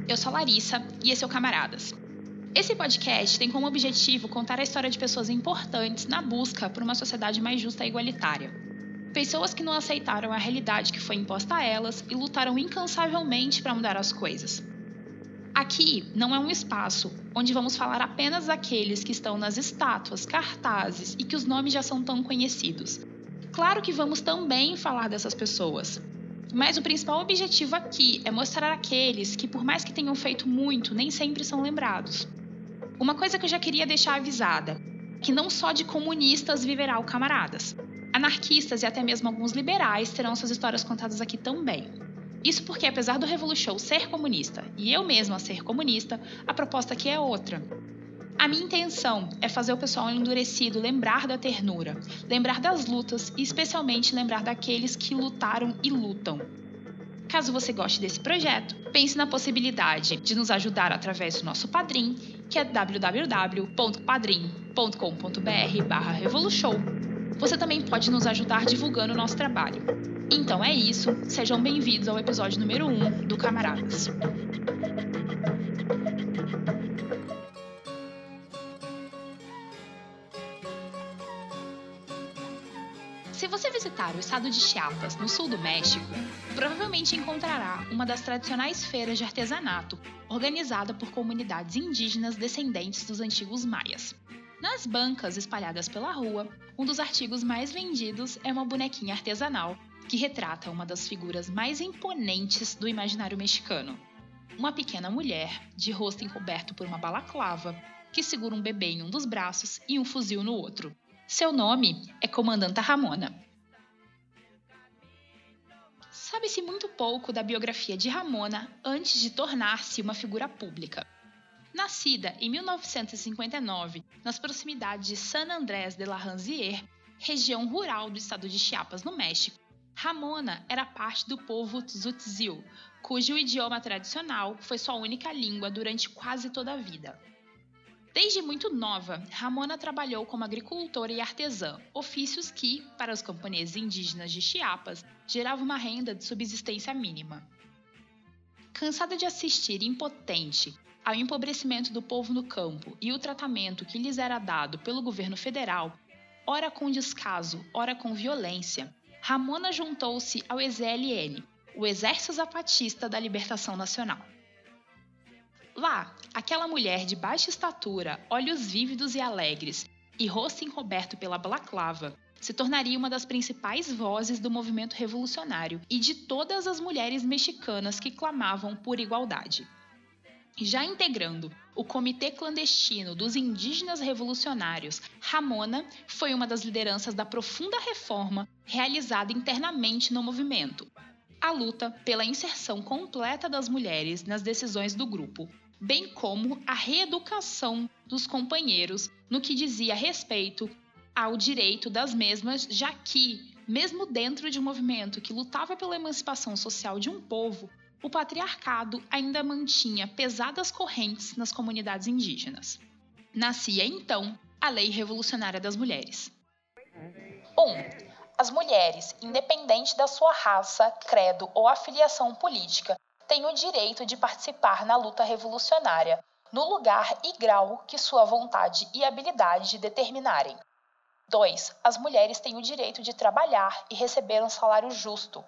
Eu sou a Larissa e esse é o Camaradas. Esse podcast tem como objetivo contar a história de pessoas importantes na busca por uma sociedade mais justa e igualitária. Pessoas que não aceitaram a realidade que foi imposta a elas e lutaram incansavelmente para mudar as coisas. Aqui não é um espaço onde vamos falar apenas daqueles que estão nas estátuas, cartazes e que os nomes já são tão conhecidos. Claro que vamos também falar dessas pessoas. Mas o principal objetivo aqui é mostrar aqueles que, por mais que tenham feito muito, nem sempre são lembrados. Uma coisa que eu já queria deixar avisada, que não só de comunistas viverá o Camaradas. Anarquistas e até mesmo alguns liberais terão suas histórias contadas aqui também. Isso porque, apesar do Revolution ser comunista e eu mesma ser comunista, a proposta aqui é outra. A minha intenção é fazer o pessoal endurecido lembrar da ternura, lembrar das lutas e especialmente lembrar daqueles que lutaram e lutam. Caso você goste desse projeto, pense na possibilidade de nos ajudar através do nosso Padrim, que é www.padrim.com.br/revolution. Você também pode nos ajudar divulgando o nosso trabalho. Então é isso, sejam bem-vindos ao episódio número 1 do Camaradas. Se você visitar o estado de Chiapas, no sul do México, provavelmente encontrará uma das tradicionais feiras de artesanato, organizada por comunidades indígenas descendentes dos antigos maias. Nas bancas espalhadas pela rua, um dos artigos mais vendidos é uma bonequinha artesanal, que retrata uma das figuras mais imponentes do imaginário mexicano. Uma pequena mulher, de rosto encoberto por uma balaclava, que segura um bebê em um dos braços e um fuzil no outro. Seu nome é Comandanta Ramona. Sabe-se muito pouco da biografia de Ramona antes de tornar-se uma figura pública. Nascida em 1959, nas proximidades de San Andrés de la Rancière, região rural do estado de Chiapas, no México, Ramona era parte do povo Tzotzil, cujo idioma tradicional foi sua única língua durante quase toda a vida. Desde muito nova, Ramona trabalhou como agricultora e artesã, ofícios que, para os camponeses indígenas de Chiapas, geravam uma renda de subsistência mínima. Cansada de assistir impotente ao empobrecimento do povo no campo e o tratamento que lhes era dado pelo governo federal, ora com descaso, ora com violência, Ramona juntou-se ao EZLN, o Exército Zapatista da Libertação Nacional. Lá, aquela mulher de baixa estatura, olhos vívidos e alegres e rosto encoberto pela balaclava, se tornaria uma das principais vozes do movimento revolucionário e de todas as mulheres mexicanas que clamavam por igualdade. Já integrando o Comitê Clandestino dos Indígenas Revolucionários, Ramona foi uma das lideranças da profunda reforma realizada internamente no movimento. A luta pela inserção completa das mulheres nas decisões do grupo, bem como a reeducação dos companheiros no que dizia respeito ao direito das mesmas, já que, mesmo dentro de um movimento que lutava pela emancipação social de um povo, o patriarcado ainda mantinha pesadas correntes nas comunidades indígenas. Nascia, então, a Lei Revolucionária das Mulheres. 1. As mulheres, independente da sua raça, credo ou afiliação política, têm o direito de participar na luta revolucionária, no lugar e grau que sua vontade e habilidade determinarem. 2. As mulheres têm o direito de trabalhar e receber um salário justo.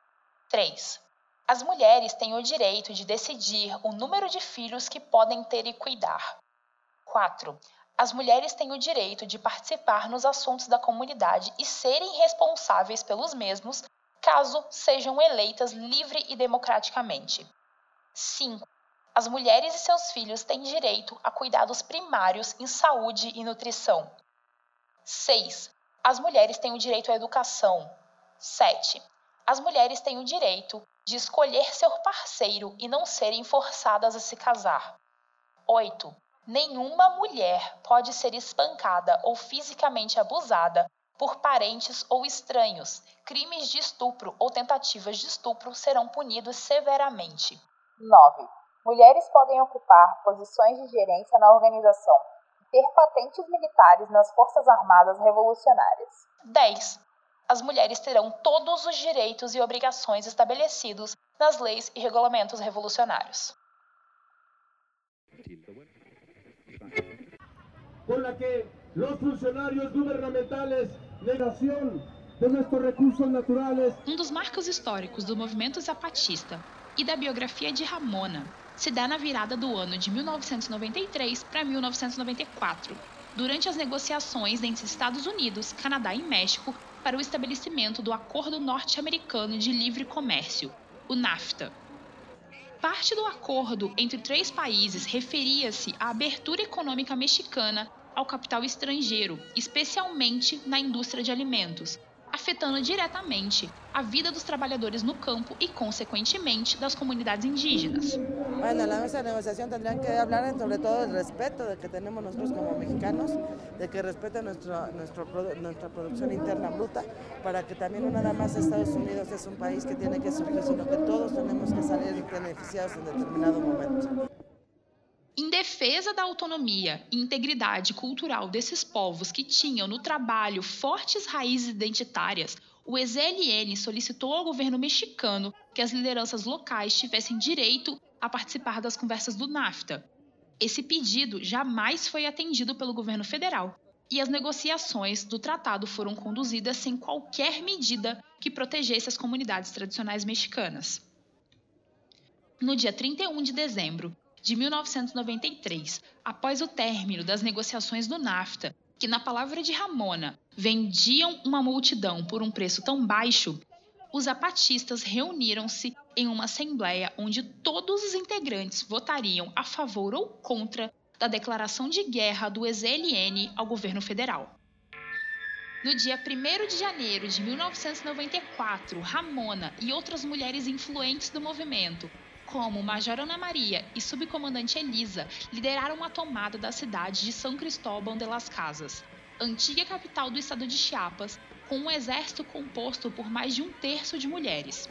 3. As mulheres têm o direito de decidir o número de filhos que podem ter e cuidar. 4. As mulheres têm o direito de participar nos assuntos da comunidade e serem responsáveis pelos mesmos, caso sejam eleitas livre e democraticamente. 5. As mulheres e seus filhos têm direito a cuidados primários em saúde e nutrição. 6. As mulheres têm o direito à educação. 7. As mulheres têm o direito de escolher seu parceiro e não serem forçadas a se casar. 8. Nenhuma mulher pode ser espancada ou fisicamente abusada por parentes ou estranhos. Crimes de estupro ou tentativas de estupro serão punidos severamente. 9. Mulheres podem ocupar posições de gerência na organização e ter patentes militares nas Forças Armadas Revolucionárias. 10. As mulheres terão todos os direitos e obrigações estabelecidos nas leis e regulamentos revolucionários. con la que los funcionarios gubernamentales negación de nuestros recursos naturales. Um dos marcos históricos do movimento zapatista e da biografia de Ramona se dá na virada do ano de 1993 para 1994, durante as negociações entre Estados Unidos, Canadá e México para o estabelecimento do Acordo Norte-Americano de Livre Comércio, o NAFTA. Parte do acordo entre 3 países referia-se à abertura econômica mexicana ao capital estrangeiro, especialmente na indústria de alimentos, afetando diretamente a vida dos trabalhadores no campo e, consequentemente, das comunidades indígenas. Bueno, en la mesa de negociación tendrían que hablar sobre todo del respeto de que tenemos nosotros como mexicanos, de que respeten nuestra producción interna bruta, para que también no nada más Estados Unidos es un país que tiene que surgir, sino que todos tenemos que salir beneficiados en determinado momento. Em defesa da autonomia e integridade cultural desses povos que tinham no trabalho fortes raízes identitárias, o EZLN solicitou ao governo mexicano que as lideranças locais tivessem direito a participar das conversas do NAFTA. Esse pedido jamais foi atendido pelo governo federal, e as negociações do tratado foram conduzidas sem qualquer medida que protegesse as comunidades tradicionais mexicanas. No dia 31 de dezembro de 1993, após o término das negociações do NAFTA, que, na palavra de Ramona, vendiam uma multidão por um preço tão baixo, os zapatistas reuniram-se em uma assembleia onde todos os integrantes votariam a favor ou contra da declaração de guerra do EZLN ao governo federal. No dia 1º de janeiro de 1994, Ramona e outras mulheres influentes do movimento, como Major Ana Maria e Subcomandante Elisa, lideraram a tomada da cidade de São Cristóbal de las Casas, antiga capital do estado de Chiapas, com um exército composto por mais de 1/3 de mulheres.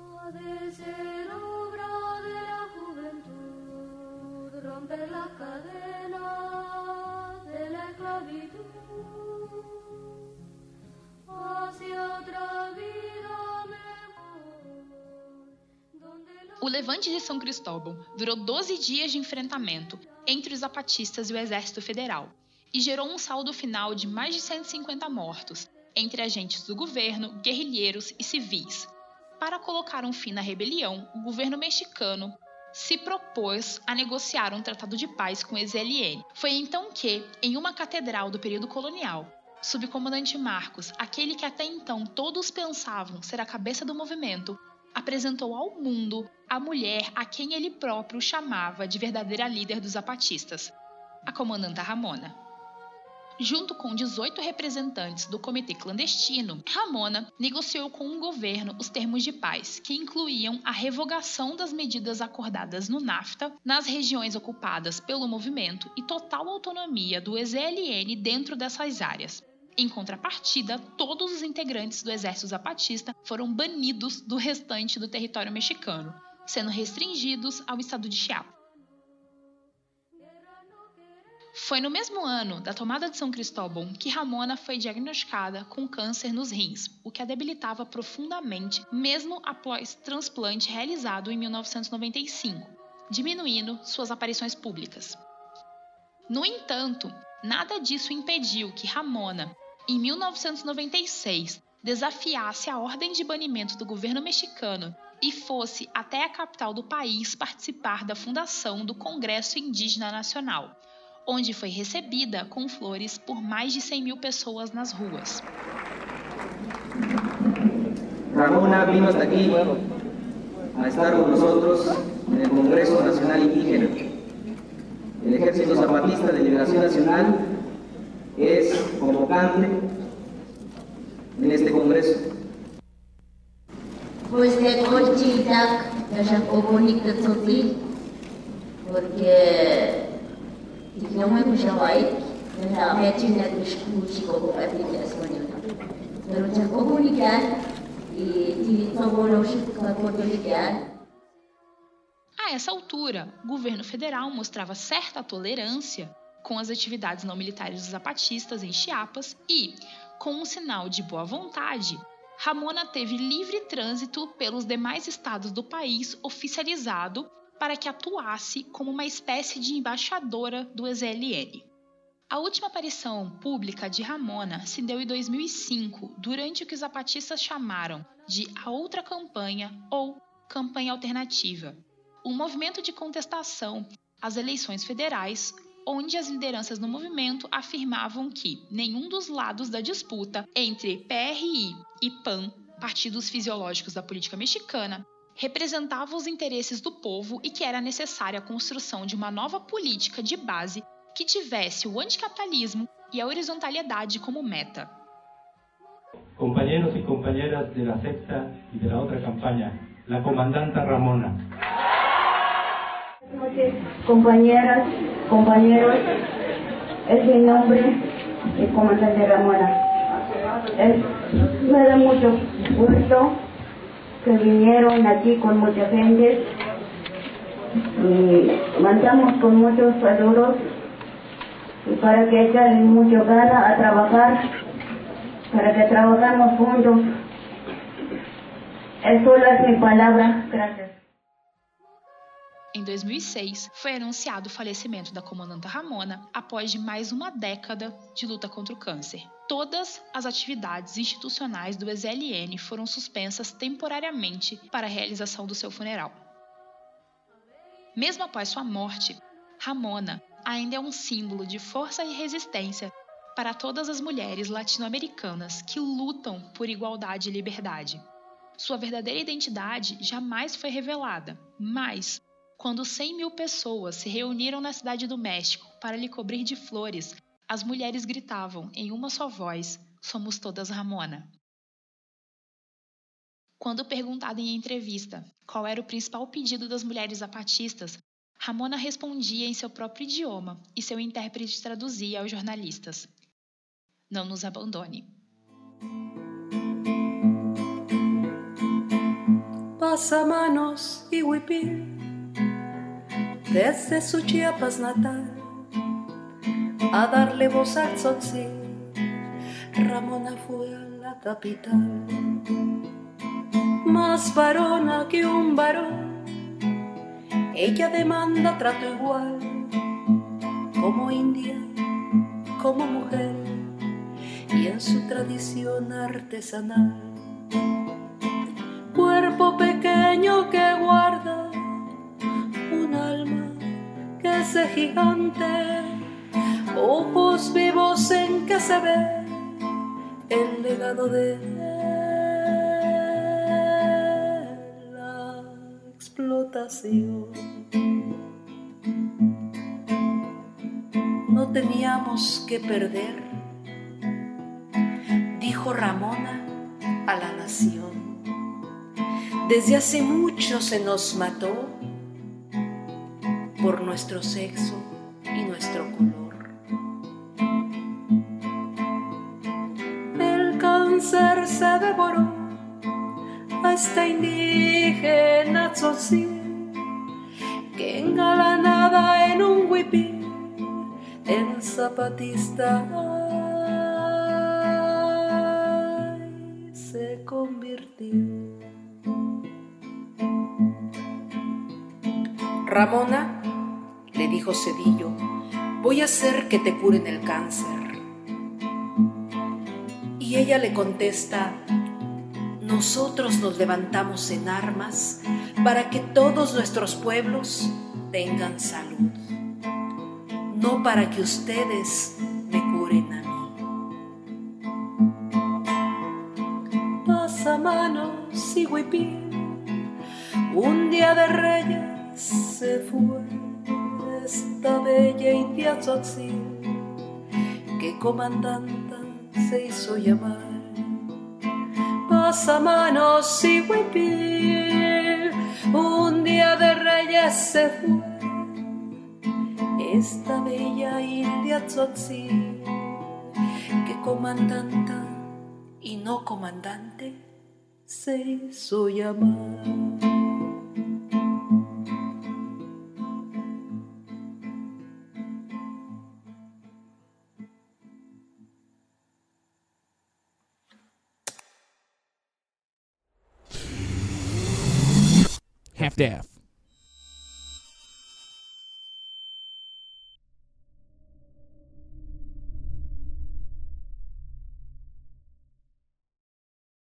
O levante de São Cristóbal durou 12 dias de enfrentamento entre os zapatistas e o Exército Federal e gerou um saldo final de mais de 150 mortos, entre agentes do governo, guerrilheiros e civis. Para colocar um fim na rebelião, o governo mexicano se propôs a negociar um tratado de paz com o EZLN. Foi então que, em uma catedral do período colonial, o subcomandante Marcos, aquele que até então todos pensavam ser a cabeça do movimento, apresentou ao mundo a mulher a quem ele próprio chamava de verdadeira líder dos zapatistas, a comandanta Ramona. Junto com 18 representantes do comitê clandestino, Ramona negociou com o governo os termos de paz, que incluíam a revogação das medidas acordadas no NAFTA nas regiões ocupadas pelo movimento e total autonomia do EZLN dentro dessas áreas. Em contrapartida, todos os integrantes do Exército Zapatista foram banidos do restante do território mexicano, sendo restringidos ao estado de Chiapas. Foi no mesmo ano da tomada de São Cristóbal que Ramona foi diagnosticada com câncer nos rins, o que a debilitava profundamente, mesmo após transplante realizado em 1995, diminuindo suas aparições públicas. No entanto, nada disso impediu que Ramona, em 1996, desafiasse a ordem de banimento do governo mexicano e fosse até a capital do país participar da fundação do Congresso Indígena Nacional, onde foi recebida com flores por mais de 100 mil pessoas nas ruas. Ramona vino hasta aquí a estar con nosotros en el Congreso Nacional Indígena. El Ejército Zapatista de Liberación Nacional es convocante en este Congreso. Pues de Colchillac, de Jacobonik de Tzotzil, porque não é muito jovem, já é tinha que escutar como a vida espanhola. Pero Jacobonik e trabalhou com a A essa altura, o governo federal mostrava certa tolerância com as atividades não militares dos zapatistas em Chiapas e, com um sinal de boa vontade, Ramona teve livre trânsito pelos demais estados do país oficializado para que atuasse como uma espécie de embaixadora do EZLN. A última aparição pública de Ramona se deu em 2005, durante o que os zapatistas chamaram de A Outra Campanha ou Campanha Alternativa, um movimento de contestação às eleições federais, onde as lideranças do movimento afirmavam que nenhum dos lados da disputa entre PRI e PAN, partidos fisiológicos da política mexicana, representava os interesses do povo e que era necessária a construção de uma nova política de base que tivesse o anticapitalismo e a horizontalidade como meta. Compañeros y compañeras de la sexta y de la otra campaña, la comandanta Ramona. Buenas noches, compañeras, compañeros. Es mi nombre, el comandante Ramona. Me da mucho gusto que vinieron aquí con mucha gente y mandamos con muchos saludos y para que echen mucho gana a trabajar, para que trabajamos juntos. Eso es mi palabra. Gracias. Em 2006, foi anunciado o falecimento da comandante Ramona após de mais uma década de luta contra o câncer. Todas as atividades institucionais do EZLN foram suspensas temporariamente para a realização do seu funeral. Mesmo após sua morte, Ramona ainda é um símbolo de força e resistência para todas as mulheres latino-americanas que lutam por igualdade e liberdade. Sua verdadeira identidade jamais foi revelada, mas quando 100.000 pessoas se reuniram na cidade do México para lhe cobrir de flores, as mulheres gritavam em uma só voz: "Somos todas Ramona". Quando perguntada em entrevista qual era o principal pedido das mulheres zapatistas, Ramona respondia em seu próprio idioma e seu intérprete traduzia aos jornalistas: "Não nos abandone". Pasamanos y huipil desde su Chiapas natal a darle voz al tzotzil, Ramona fue a la capital. Más varona que un varón, ella demanda trato igual, como india, como mujer, y en su tradición artesanal. Cuerpo pequeño que guarda un alma que es gigante, ojos vivos en que se ve el legado de la explotación. No teníamos que perder, dijo Ramona a la nación. Desde hace mucho se nos mató por nuestro sexo y nuestro color. El cáncer se devoró a esta indígena tzotzil que engalanada en un huipil en zapatista se convirtió. Ramona, le dijo Cedillo, voy a hacer que te curen el cáncer. Y ella le contesta, nosotros nos levantamos en armas para que todos nuestros pueblos tengan salud, no para que ustedes me curen a mí. Pasamanos y huipil, un día de Reyes se fue esta bella india tzotzil que comandanta se hizo llamar. Pasamanos y huipil, un día de Reyes se fue esta bella india tzotzil que comandanta y no comandante se hizo llamar. Half-Deaf.